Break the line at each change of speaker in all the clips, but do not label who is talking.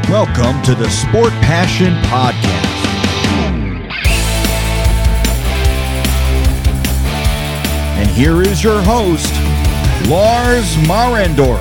Welcome to the Sport Passion Podcast. And here is your host, Lars Marendorf.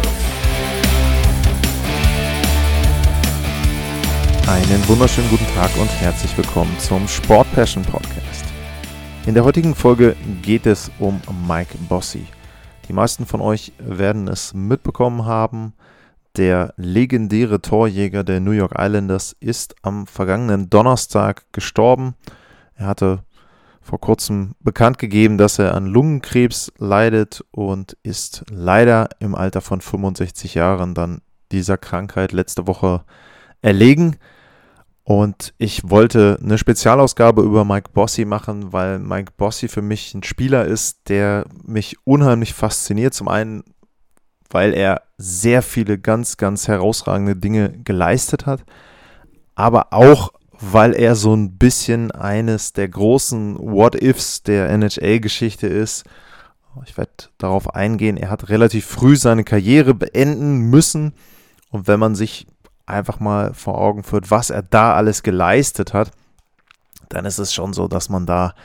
Einen wunderschönen guten Tag und herzlich willkommen zum Sport Passion Podcast. In der heutigen Folge geht es um Mike Bossy. Die meisten von euch werden es mitbekommen haben. Der legendäre Torjäger der New York Islanders ist am vergangenen Donnerstag gestorben. Er hatte vor kurzem bekannt gegeben, dass er an Lungenkrebs leidet und ist leider im Alter von 65 Jahren dann dieser Krankheit letzte Woche erlegen. Und ich wollte eine Spezialausgabe über Mike Bossy machen, weil Mike Bossy für mich ein Spieler ist, der mich unheimlich fasziniert. Zum einen, weil er sehr viele ganz, ganz herausragende Dinge geleistet hat, aber auch, weil er so ein bisschen eines der großen What-Ifs der NHL-Geschichte ist. Ich werde darauf eingehen, er hat relativ früh seine Karriere beenden müssen und wenn man sich einfach mal vor Augen führt, was er da alles geleistet hat, dann ist es schon so, dass man da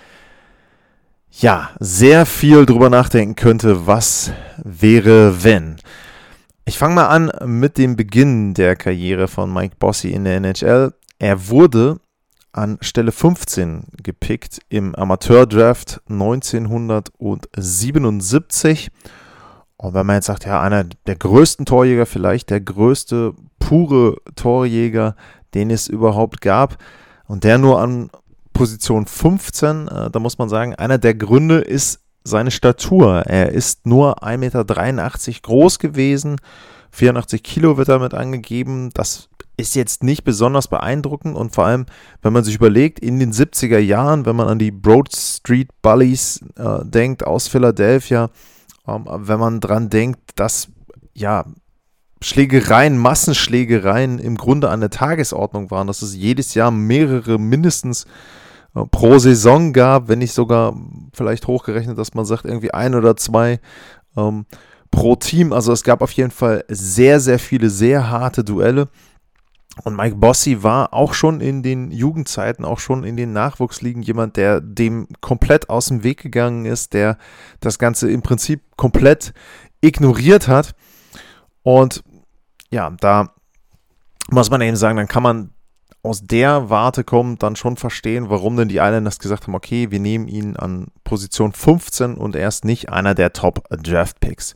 sehr viel drüber nachdenken könnte, was wäre, wenn. Ich fange mal an mit dem Beginn der Karriere von Mike Bossy in der NHL. Er wurde an Stelle 15 gepickt im Amateurdraft 1977. Und wenn man jetzt sagt, ja, einer der größten Torjäger, vielleicht der größte pure Torjäger, den es überhaupt gab, und der nur an Position 15, da muss man sagen, einer der Gründe ist seine Statur. Er ist nur 1,83 Meter groß gewesen, 84 Kilo wird damit angegeben. Das ist jetzt nicht besonders beeindruckend und vor allem, wenn man sich überlegt, in den 70er Jahren, wenn man an die Broad Street Bullies denkt aus Philadelphia, wenn man dran denkt, dass Massenschlägereien im Grunde an der Tagesordnung waren, dass es jedes Jahr mehrere mindestens pro Saison gab, wenn nicht sogar vielleicht hochgerechnet, dass man sagt, irgendwie 1 oder 2 pro Team. Also es gab auf jeden Fall sehr, sehr viele, sehr harte Duelle. Und Mike Bossy war auch schon in den Jugendzeiten, auch schon in den Nachwuchsligen jemand, der dem komplett aus dem Weg gegangen ist, der das Ganze im Prinzip komplett ignoriert hat. Und ja, da muss man eben sagen, dann kann man aus der Warte kommen, dann schon verstehen, warum denn die Islanders gesagt haben, okay, wir nehmen ihn an Position 15 und er ist nicht einer der Top-Draft-Picks.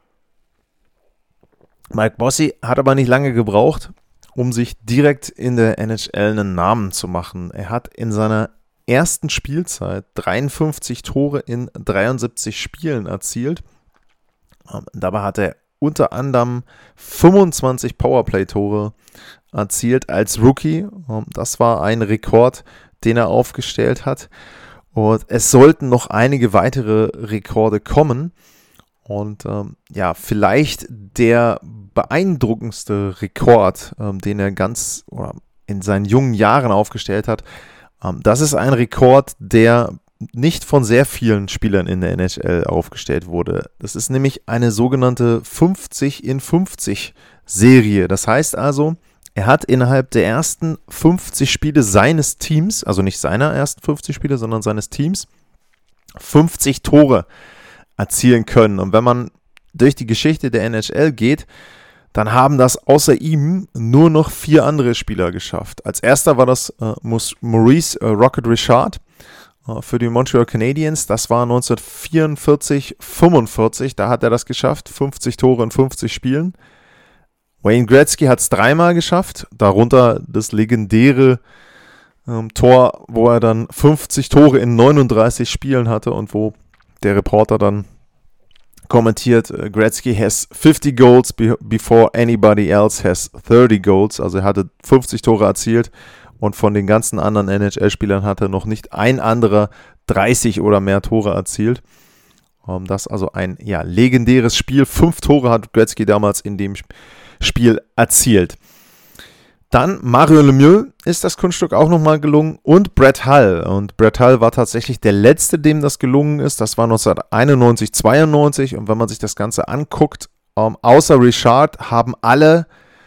Mike Bossy hat aber nicht lange gebraucht, um sich direkt in der NHL einen Namen zu machen. Er hat in seiner ersten Spielzeit 53 Tore in 73 Spielen erzielt. Dabei hat er unter anderem 25 Powerplay-Tore erzielt als Rookie. Das war ein Rekord, den er aufgestellt hat. Und es sollten noch einige weitere Rekorde kommen. Und vielleicht der beeindruckendste Rekord, den er in seinen jungen Jahren aufgestellt hat, das ist ein Rekord, der nicht von sehr vielen Spielern in der NHL aufgestellt wurde. Das ist nämlich eine sogenannte 50-in-50-Serie. Das heißt also, er hat innerhalb der ersten 50 Spiele seines Teams, also nicht seiner ersten 50 Spiele, sondern seines Teams, 50 Tore erzielen können. Und wenn man durch die Geschichte der NHL geht, dann haben das außer ihm nur noch 4 andere Spieler geschafft. Als erster war das Maurice Rocket Richard für die Montreal Canadiens. Das war 1944-45. Da hat er das geschafft. 50 Tore in 50 Spielen. Wayne Gretzky hat es 3-mal geschafft. Darunter das legendäre Tor, wo er dann 50 Tore in 39 Spielen hatte und wo der Reporter dann kommentiert, Gretzky has 50 goals before anybody else has 30 goals. Also er hatte 50 Tore erzielt. Und von den ganzen anderen NHL-Spielern hatte noch nicht ein anderer 30 oder mehr Tore erzielt. Das ist also ein legendäres Spiel. 5 Tore hat Gretzky damals in dem Spiel erzielt. Dann Mario Lemieux ist das Kunststück auch nochmal gelungen und Brett Hull. Und Brett Hull war tatsächlich der Letzte, dem das gelungen ist. Das war 1991, 92. Und wenn man sich das Ganze anguckt, außer Richard haben alle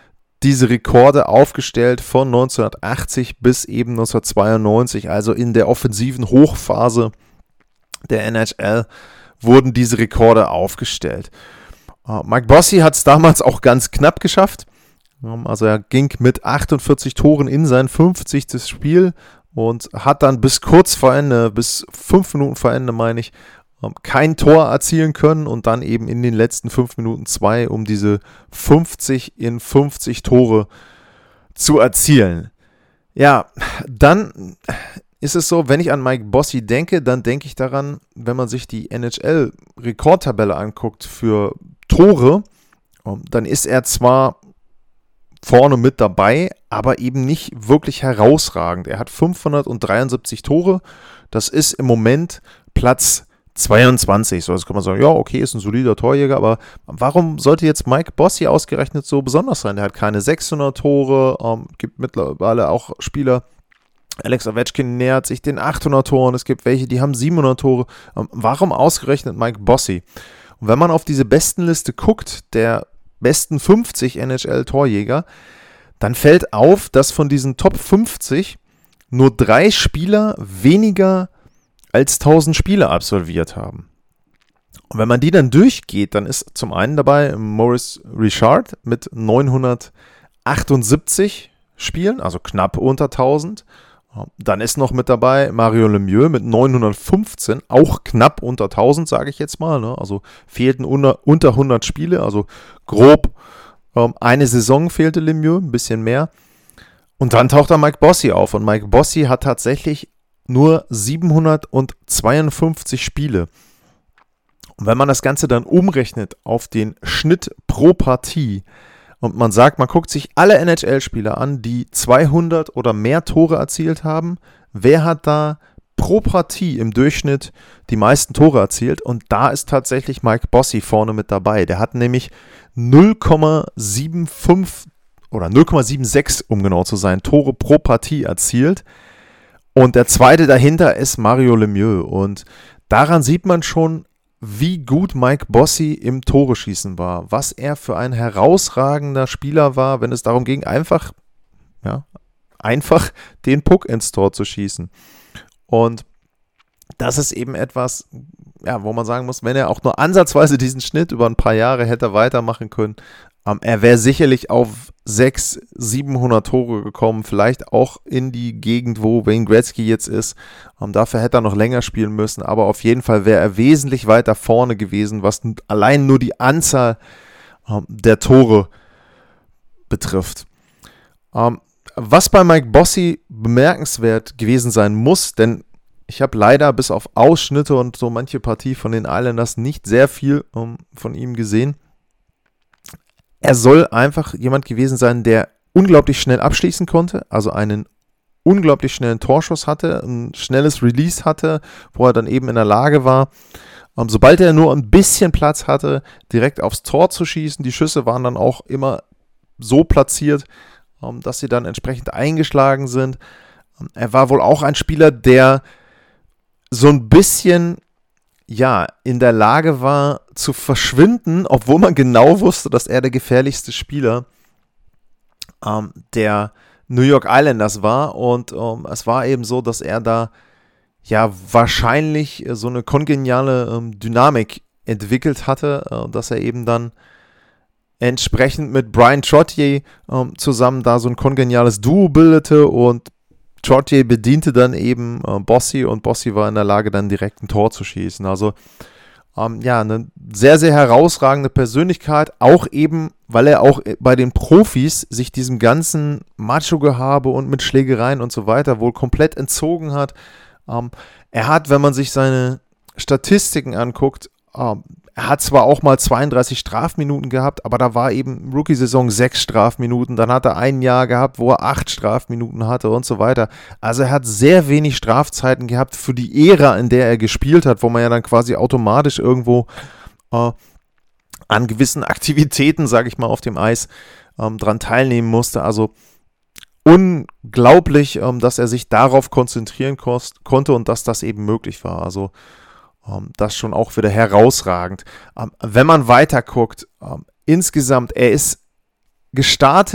diese Rekorde aufgestellt von 1980 bis eben 1992, also in der offensiven Hochphase der NHL wurden diese Rekorde aufgestellt. Mike Bossy hat es damals auch ganz knapp geschafft. Also er ging mit 48 Toren in sein 50. Spiel und hat dann bis kurz vor Ende, bis 5 Minuten vor Ende, meine ich, kein Tor erzielen können und dann eben in den letzten 5 Minuten 2, um diese 50 in 50 Tore zu erzielen. Ja, dann ist es so, wenn ich an Mike Bossy denke, dann denke ich daran, wenn man sich die NHL-Rekordtabelle anguckt für Tore, dann ist er zwar vorne mit dabei, aber eben nicht wirklich herausragend. Er hat 573 Tore, das ist im Moment Platz 22. So, jetzt kann man sagen, ja, okay, ist ein solider Torjäger, aber warum sollte jetzt Mike Bossy ausgerechnet so besonders sein? Der hat keine 600 Tore, gibt mittlerweile auch Spieler, Alex Ovechkin nähert sich den 800 Toren, es gibt welche, die haben 700 Tore. Warum ausgerechnet Mike Bossy? Und wenn man auf diese Bestenliste guckt, der besten 50 NHL-Torjäger, dann fällt auf, dass von diesen Top 50 nur 3 Spieler weniger als 1000 Spiele absolviert haben. Und wenn man die dann durchgeht, dann ist zum einen dabei Maurice Richard mit 978 Spielen, also knapp unter 1000. Dann ist noch mit dabei Mario Lemieux mit 915, auch knapp unter 1000, sage ich jetzt mal. Ne? Also fehlten unter 100 Spiele, also grob eine Saison fehlte Lemieux, ein bisschen mehr. Und dann taucht da Mike Bossy auf. Und Mike Bossy hat tatsächlich nur 752 Spiele. Und wenn man das Ganze dann umrechnet auf den Schnitt pro Partie, und man sagt, man guckt sich alle NHL-Spieler an, die 200 oder mehr Tore erzielt haben. Wer hat da pro Partie im Durchschnitt die meisten Tore erzielt? Und da ist tatsächlich Mike Bossy vorne mit dabei. Der hat nämlich 0,75 oder 0,76, um genau zu sein, Tore pro Partie erzielt. Und der zweite dahinter ist Mario Lemieux. Und daran sieht man schon, wie gut Mike Bossy im Tore-Schießen war, was er für ein herausragender Spieler war, wenn es darum ging, einfach den Puck ins Tor zu schießen. Und das ist eben etwas, wo man sagen muss, wenn er auch nur ansatzweise diesen Schnitt über ein paar Jahre hätte weitermachen können, er wäre sicherlich auf 600, 700 Tore gekommen, vielleicht auch in die Gegend, wo Wayne Gretzky jetzt ist. Dafür hätte er noch länger spielen müssen, aber auf jeden Fall wäre er wesentlich weiter vorne gewesen, was allein nur die Anzahl der Tore betrifft. Was bei Mike Bossy bemerkenswert gewesen sein muss, denn ich habe leider bis auf Ausschnitte und so manche Partie von den Islanders nicht sehr viel von ihm gesehen. Er soll einfach jemand gewesen sein, der unglaublich schnell abschließen konnte, also einen unglaublich schnellen Torschuss hatte, ein schnelles Release hatte, wo er dann eben in der Lage war, sobald er nur ein bisschen Platz hatte, direkt aufs Tor zu schießen. Die Schüsse waren dann auch immer so platziert, dass sie dann entsprechend eingeschlagen sind. Er war wohl auch ein Spieler, der so ein bisschen in der Lage war zu verschwinden, obwohl man genau wusste, dass er der gefährlichste Spieler der New York Islanders war. Und es war eben so, dass er da wahrscheinlich so eine kongeniale Dynamik entwickelt hatte, dass er eben dann entsprechend mit Bryan Trottier zusammen da so ein kongeniales Duo bildete und Trottier bediente dann eben Bossy und Bossy war in der Lage, dann direkt ein Tor zu schießen. Also eine sehr, sehr herausragende Persönlichkeit, auch eben, weil er auch bei den Profis sich diesem ganzen Macho-Gehabe und mit Schlägereien und so weiter wohl komplett entzogen hat. Er hat, wenn man sich seine Statistiken anguckt, er hat zwar auch mal 32 Strafminuten gehabt, aber da war eben Rookie-Saison 6 Strafminuten. Dann hat er ein Jahr gehabt, wo er 8 Strafminuten hatte und so weiter. Also er hat sehr wenig Strafzeiten gehabt für die Ära, in der er gespielt hat, wo man ja dann quasi automatisch irgendwo an gewissen Aktivitäten, sage ich mal, auf dem Eis dran teilnehmen musste. Also unglaublich, dass er sich darauf konzentrieren konnte und dass das eben möglich war. Also das schon auch wieder herausragend. Wenn man weiter guckt, insgesamt, er ist gestartet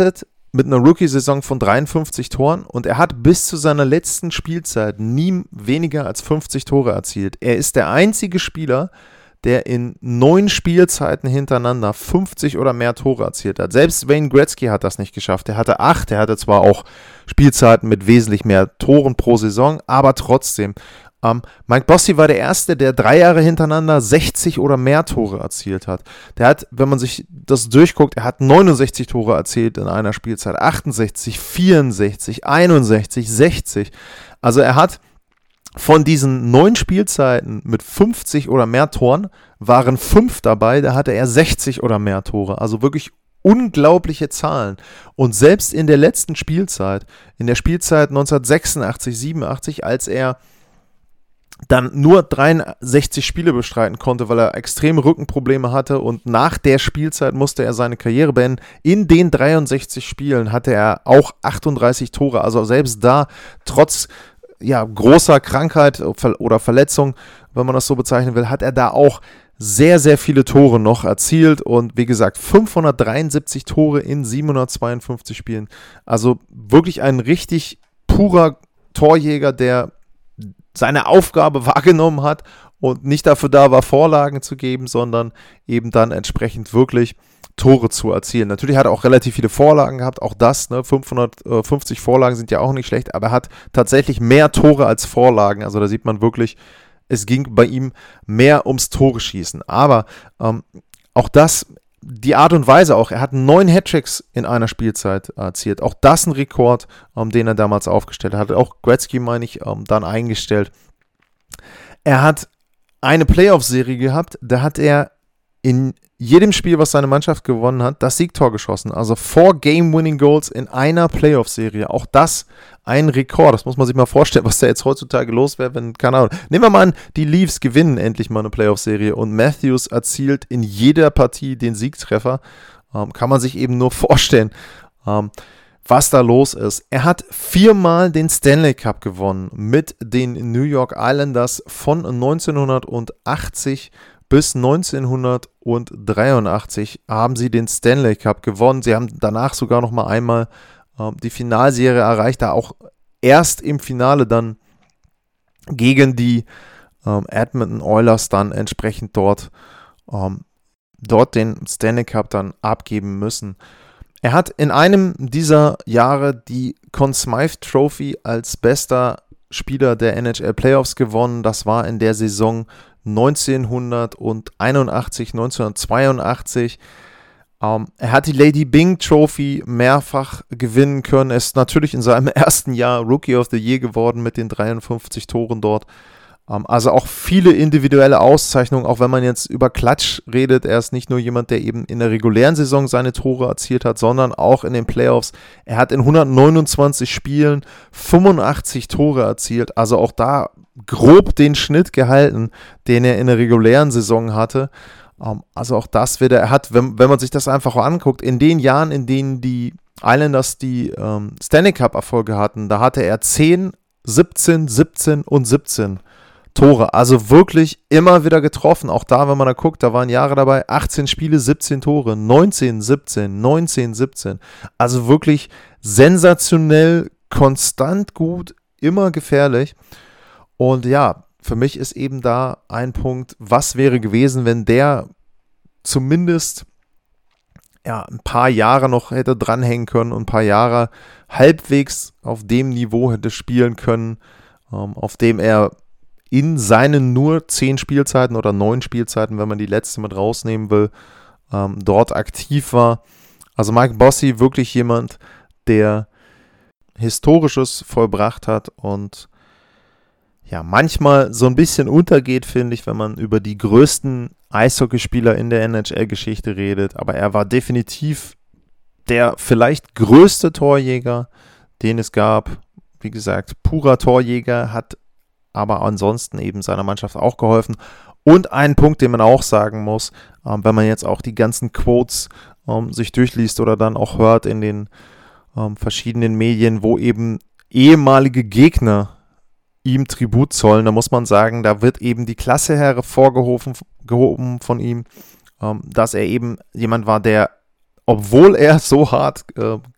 mit einer Rookie-Saison von 53 Toren und er hat bis zu seiner letzten Spielzeit nie weniger als 50 Tore erzielt. Er ist der einzige Spieler, der in 9 Spielzeiten hintereinander 50 oder mehr Tore erzielt hat. Selbst Wayne Gretzky hat das nicht geschafft. Er hatte 8, er hatte zwar auch Spielzeiten mit wesentlich mehr Toren pro Saison, aber trotzdem. Mike Bossy war der Erste, der 3 Jahre hintereinander 60 oder mehr Tore erzielt hat. Der hat, wenn man sich das durchguckt, er hat 69 Tore erzielt in einer Spielzeit, 68, 64, 61, 60. Also er hat von diesen 9 Spielzeiten mit 50 oder mehr Toren, waren 5 dabei, da hatte er 60 oder mehr Tore. Also wirklich unglaubliche Zahlen. Und selbst in der letzten Spielzeit, in der Spielzeit 1986, 87, als er dann nur 63 Spiele bestreiten konnte, weil er extreme Rückenprobleme hatte und nach der Spielzeit musste er seine Karriere beenden. In den 63 Spielen hatte er auch 38 Tore, also selbst da, trotz großer Krankheit oder Verletzung, wenn man das so bezeichnen will, hat er da auch sehr, sehr viele Tore noch erzielt und wie gesagt, 573 Tore in 752 Spielen. Also wirklich ein richtig purer Torjäger, der seine Aufgabe wahrgenommen hat und nicht dafür da war, Vorlagen zu geben, sondern eben dann entsprechend wirklich Tore zu erzielen. Natürlich hat er auch relativ viele Vorlagen gehabt, auch das, 550 Vorlagen sind ja auch nicht schlecht, aber er hat tatsächlich mehr Tore als Vorlagen, also da sieht man wirklich, es ging bei ihm mehr ums Tore schießen, aber auch das, die Art und Weise auch, er hat 9 Hattricks in einer Spielzeit erzielt, auch das ein Rekord, den er damals aufgestellt hat, auch Gretzky, meine ich, dann eingestellt. Er hat eine Playoff-Serie gehabt, da hat er in jedem Spiel, was seine Mannschaft gewonnen hat, das Siegtor geschossen. Also 4 Game-Winning-Goals in einer Playoff-Serie. Auch das ein Rekord. Das muss man sich mal vorstellen, was da jetzt heutzutage los wäre, wenn, keine Ahnung. Nehmen wir mal an, die Leafs gewinnen endlich mal eine Playoff-Serie und Matthews erzielt in jeder Partie den Siegtreffer. Kann man sich eben nur vorstellen, was da los ist. Er hat 4-mal den Stanley Cup gewonnen mit den New York Islanders von 1980 bis 1983 haben sie den Stanley Cup gewonnen. Sie haben danach sogar noch mal einmal die Finalserie erreicht, da auch erst im Finale dann gegen die Edmonton Oilers dann entsprechend dort den Stanley Cup dann abgeben müssen. Er hat in einem dieser Jahre die Conn Smythe Trophy als bester Spieler der NHL Playoffs gewonnen. Das war in der Saison 1981, 1982. Er hat die Lady Byng Trophy mehrfach gewinnen können. Er ist natürlich in seinem ersten Jahr Rookie of the Year geworden mit den 53 Toren dort. Also auch viele individuelle Auszeichnungen, auch wenn man jetzt über Klatsch redet. Er ist nicht nur jemand, der eben in der regulären Saison seine Tore erzielt hat, sondern auch in den Playoffs. Er hat in 129 Spielen 85 Tore erzielt. Also auch da grob den Schnitt gehalten, den er in der regulären Saison hatte. Also auch das wieder, er hat, wenn man sich das einfach anguckt, in den Jahren, in denen die Islanders die Stanley Cup Erfolge hatten, da hatte er 10, 17, 17 und 17 Tore, also wirklich immer wieder getroffen. Auch da, wenn man da guckt, da waren Jahre dabei, 18 Spiele, 17 Tore, 19, 17, 19, 17. Also wirklich sensationell, konstant gut, immer gefährlich. Und ja, für mich ist eben da ein Punkt, was wäre gewesen, wenn der zumindest ein paar Jahre noch hätte dranhängen können und ein paar Jahre halbwegs auf dem Niveau hätte spielen können, auf dem er in seinen nur 10 Spielzeiten oder 9 Spielzeiten, wenn man die letzte mit rausnehmen will, dort aktiv war. Also Mike Bossy wirklich jemand, der Historisches vollbracht hat und ja, manchmal so ein bisschen untergeht, finde ich, wenn man über die größten Eishockeyspieler in der NHL-Geschichte redet. Aber er war definitiv der vielleicht größte Torjäger, den es gab. Wie gesagt, purer Torjäger, hat aber ansonsten eben seiner Mannschaft auch geholfen. Und ein Punkt, den man auch sagen muss, wenn man jetzt auch die ganzen Quotes sich durchliest oder dann auch hört in den verschiedenen Medien, wo eben ehemalige Gegner ihm Tribut zollen, da muss man sagen, da wird eben die Klasse hervorgehoben von ihm, dass er eben jemand war, der, obwohl er so hart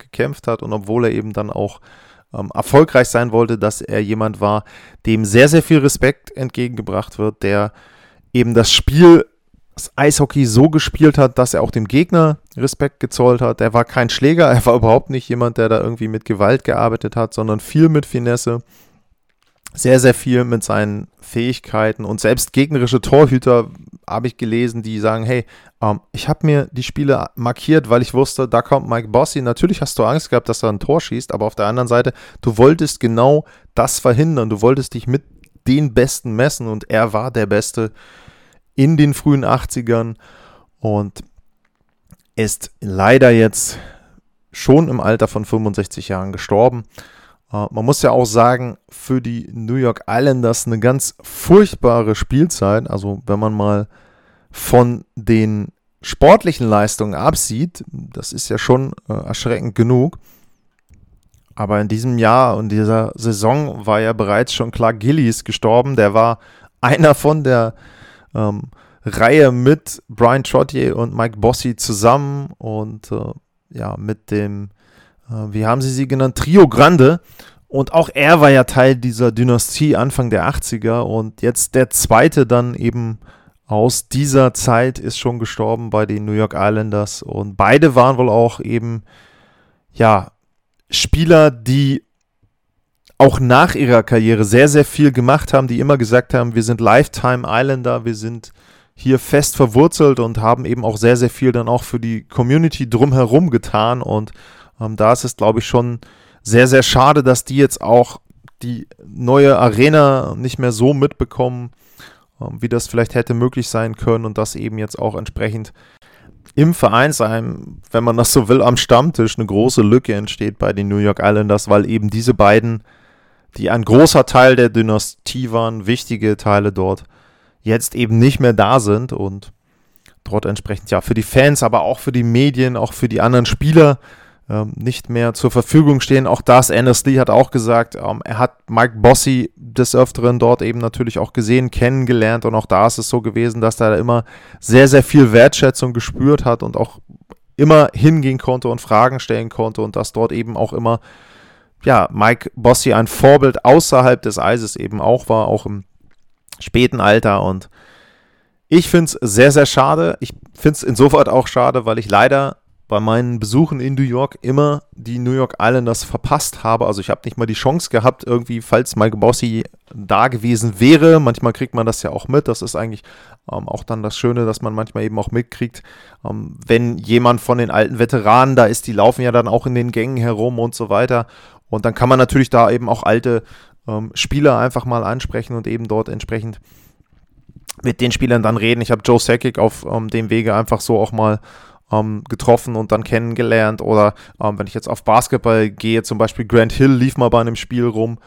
gekämpft hat und obwohl er eben dann auch erfolgreich sein wollte, dass er jemand war, dem sehr, sehr viel Respekt entgegengebracht wird, der eben das Eishockey so gespielt hat, dass er auch dem Gegner Respekt gezollt hat. Er war kein Schläger, er war überhaupt nicht jemand, der da irgendwie mit Gewalt gearbeitet hat, sondern viel mit Finesse, sehr, sehr viel mit seinen Fähigkeiten und selbst gegnerische Torhüter habe ich gelesen, die sagen, hey, ich habe mir die Spiele markiert, weil ich wusste, da kommt Mike Bossy. Natürlich hast du Angst gehabt, dass er ein Tor schießt, aber auf der anderen Seite, du wolltest genau das verhindern. Du wolltest dich mit den Besten messen und er war der Beste in den frühen 80ern und ist leider jetzt schon im Alter von 65 Jahren gestorben. Man muss ja auch sagen, für die New York Islanders eine ganz furchtbare Spielzeit. Also wenn man mal von den sportlichen Leistungen absieht, das ist ja schon erschreckend genug. Aber in diesem Jahr und dieser Saison war ja bereits schon Clark Gillies gestorben. Der war einer von der Reihe mit Brian Trottier und Mike Bossy zusammen und mit dem wie haben sie genannt? Trio Grande. Und auch er war ja Teil dieser Dynastie Anfang der 80er. Und jetzt der zweite dann eben aus dieser Zeit ist schon gestorben bei den New York Islanders. Und beide waren wohl auch eben, Spieler, die auch nach ihrer Karriere sehr, sehr viel gemacht haben, die immer gesagt haben, wir sind Lifetime Islander, wir sind hier fest verwurzelt und haben eben auch sehr, sehr viel dann auch für die Community drumherum getan. Und da ist es, glaube ich, schon sehr, sehr schade, dass die jetzt auch die neue Arena nicht mehr so mitbekommen, wie das vielleicht hätte möglich sein können und dass eben jetzt auch entsprechend im Vereinsheim, wenn man das so will, am Stammtisch eine große Lücke entsteht bei den New York Islanders, weil eben diese beiden, die ein großer Teil der Dynastie waren, wichtige Teile dort, jetzt eben nicht mehr da sind und dort entsprechend für die Fans, aber auch für die Medien, auch für die anderen Spieler nicht mehr zur Verfügung stehen. Auch das, Anders Lee hat auch gesagt, er hat Mike Bossy des Öfteren dort eben natürlich auch gesehen, kennengelernt und auch da ist es so gewesen, dass er da immer sehr, sehr viel Wertschätzung gespürt hat und auch immer hingehen konnte und Fragen stellen konnte und dass dort eben auch immer, Mike Bossy ein Vorbild außerhalb des Eises eben auch war, auch im späten Alter und ich finde es sehr, sehr schade. Ich finde es insofern auch schade, weil ich leider bei meinen Besuchen in New York immer die New York Islanders verpasst habe. Also ich habe nicht mal die Chance gehabt, irgendwie, falls Mike Bossy da gewesen wäre. Manchmal kriegt man das ja auch mit. Das ist eigentlich auch dann das Schöne, dass man manchmal eben auch mitkriegt, wenn jemand von den alten Veteranen da ist, die laufen ja dann auch in den Gängen herum und so weiter. Und dann kann man natürlich da eben auch alte Spieler einfach mal ansprechen und eben dort entsprechend mit den Spielern dann reden. Ich habe Joe Sakic auf dem Wege einfach so auch mal getroffen und dann kennengelernt oder wenn ich jetzt auf Basketball gehe, zum Beispiel Grant Hill lief mal bei einem Spiel rum,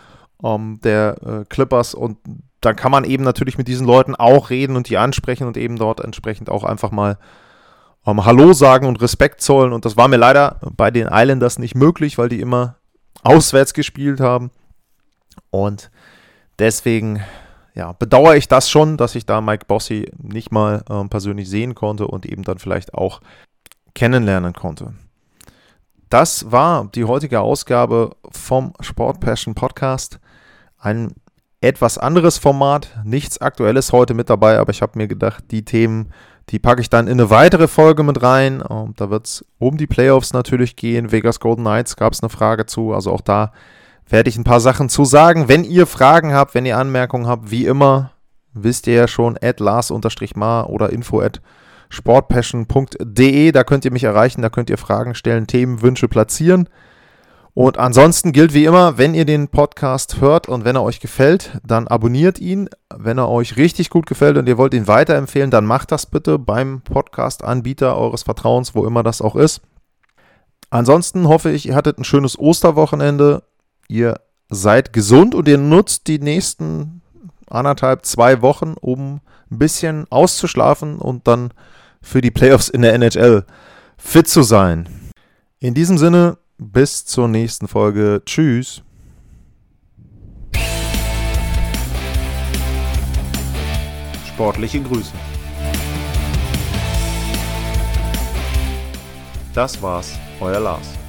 der Clippers und dann kann man eben natürlich mit diesen Leuten auch reden und die ansprechen und eben dort entsprechend auch einfach mal Hallo sagen und Respekt zollen und das war mir leider bei den Islanders nicht möglich, weil die immer auswärts gespielt haben und deswegen bedauere ich das schon, dass ich da Mike Bossy nicht mal persönlich sehen konnte und eben dann vielleicht auch kennenlernen konnte. Das war die heutige Ausgabe vom Sport Passion Podcast. Ein etwas anderes Format, nichts Aktuelles heute mit dabei, aber ich habe mir gedacht, die Themen, die packe ich dann in eine weitere Folge mit rein. Da wird es um die Playoffs natürlich gehen. Vegas Golden Knights gab es eine Frage zu, also auch da werde ich ein paar Sachen zu sagen. Wenn ihr Fragen habt, wenn ihr Anmerkungen habt, wie immer, wisst ihr ja schon, @Lars_Mar oder info@sportpassion.de, da könnt ihr mich erreichen, da könnt ihr Fragen stellen, Themen, Wünsche platzieren. Und ansonsten gilt wie immer, wenn ihr den Podcast hört und wenn er euch gefällt, dann abonniert ihn. Wenn er euch richtig gut gefällt und ihr wollt ihn weiterempfehlen, dann macht das bitte beim Podcast-Anbieter eures Vertrauens, wo immer das auch ist. Ansonsten hoffe ich, ihr hattet ein schönes Osterwochenende. Ihr seid gesund und ihr nutzt die nächsten 1,5-2 Wochen, um ein bisschen auszuschlafen und dann für die Playoffs in der NHL fit zu sein. In diesem Sinne, bis zur nächsten Folge. Tschüss. Sportliche Grüße. Das war's, euer Lars.